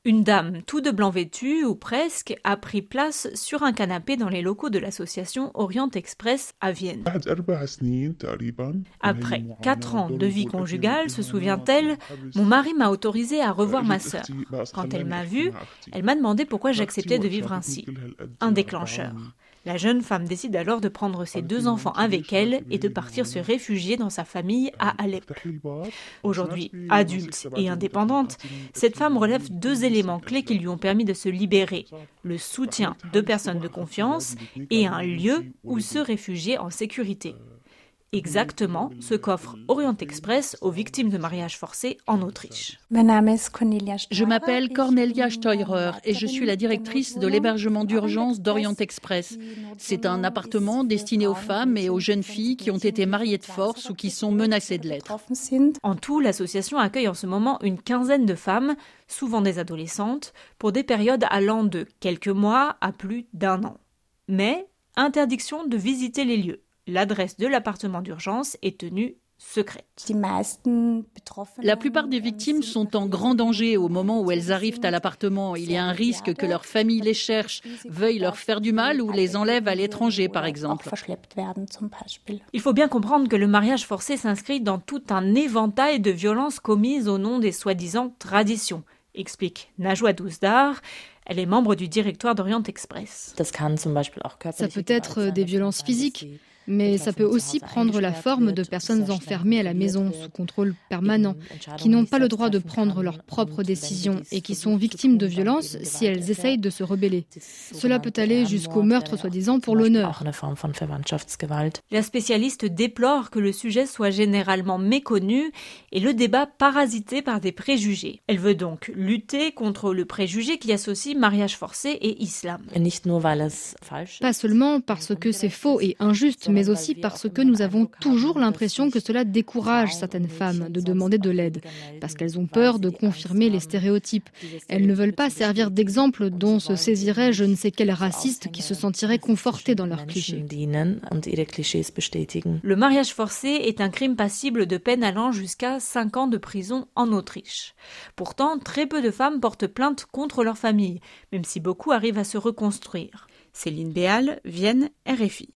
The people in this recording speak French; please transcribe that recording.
Une dame tout de blanc vêtue, ou presque, a pris place sur un canapé dans les locaux de l'association Orient Express à Vienne. Après 4 ans de vie conjugale, se souvient-elle, mon mari m'a autorisé à revoir ma sœur. Quand elle m'a vue, elle m'a demandé pourquoi j'acceptais de vivre ainsi. Un déclencheur. La jeune femme décide alors de prendre ses 2 enfants avec elle et de partir se réfugier dans sa famille à Alep. Aujourd'hui adulte et indépendante, cette femme relève 2 éléments clés qui lui ont permis de se libérer. Le soutien de personnes de confiance et un lieu où se réfugier en sécurité. Exactement ce qu'offre Orient Express aux victimes de mariage forcé en Autriche. Je m'appelle Cornelia Steurer et je suis la directrice de l'hébergement d'urgence d'Orient Express. C'est un appartement destiné aux femmes et aux jeunes filles qui ont été mariées de force ou qui sont menacées de l'être. En tout, l'association accueille en ce moment une 15aine de femmes, souvent des adolescentes, pour des périodes allant de quelques mois à plus d'1 an. Mais interdiction de visiter les lieux. L'adresse de l'appartement d'urgence est tenue secrète. La plupart des victimes sont en grand danger au moment où elles arrivent à l'appartement. Il y a un risque que leur famille les cherche, veuille leur faire du mal ou les enlève à l'étranger, par exemple. Il faut bien comprendre que le mariage forcé s'inscrit dans tout un éventail de violences commises au nom des soi-disant traditions, explique Najwa Douzdar. Elle est membre du directoire d'Orient Express. Ça peut être des violences physiques, mais ça peut aussi prendre la forme de personnes enfermées à la maison sous contrôle permanent, qui n'ont pas le droit de prendre leurs propres décisions et qui sont victimes de violences si elles essayent de se rebeller. Cela peut aller jusqu'au meurtre soi-disant pour l'honneur. La spécialiste déplore que le sujet soit généralement méconnu et le débat parasité par des préjugés. Elle veut donc lutter contre le préjugé qui associe mariage forcé et islam. Pas seulement parce que c'est faux et injuste, mais aussi parce que nous avons toujours l'impression que cela décourage certaines femmes de demander de l'aide, parce qu'elles ont peur de confirmer les stéréotypes. Elles ne veulent pas servir d'exemple dont se saisirait je ne sais quel raciste qui se sentirait conforté dans leurs clichés. Le mariage forcé est un crime passible de peine allant jusqu'à 5 ans de prison en Autriche. Pourtant, très peu de femmes portent plainte contre leur famille, même si beaucoup arrivent à se reconstruire. Céline Béal, Vienne, RFI.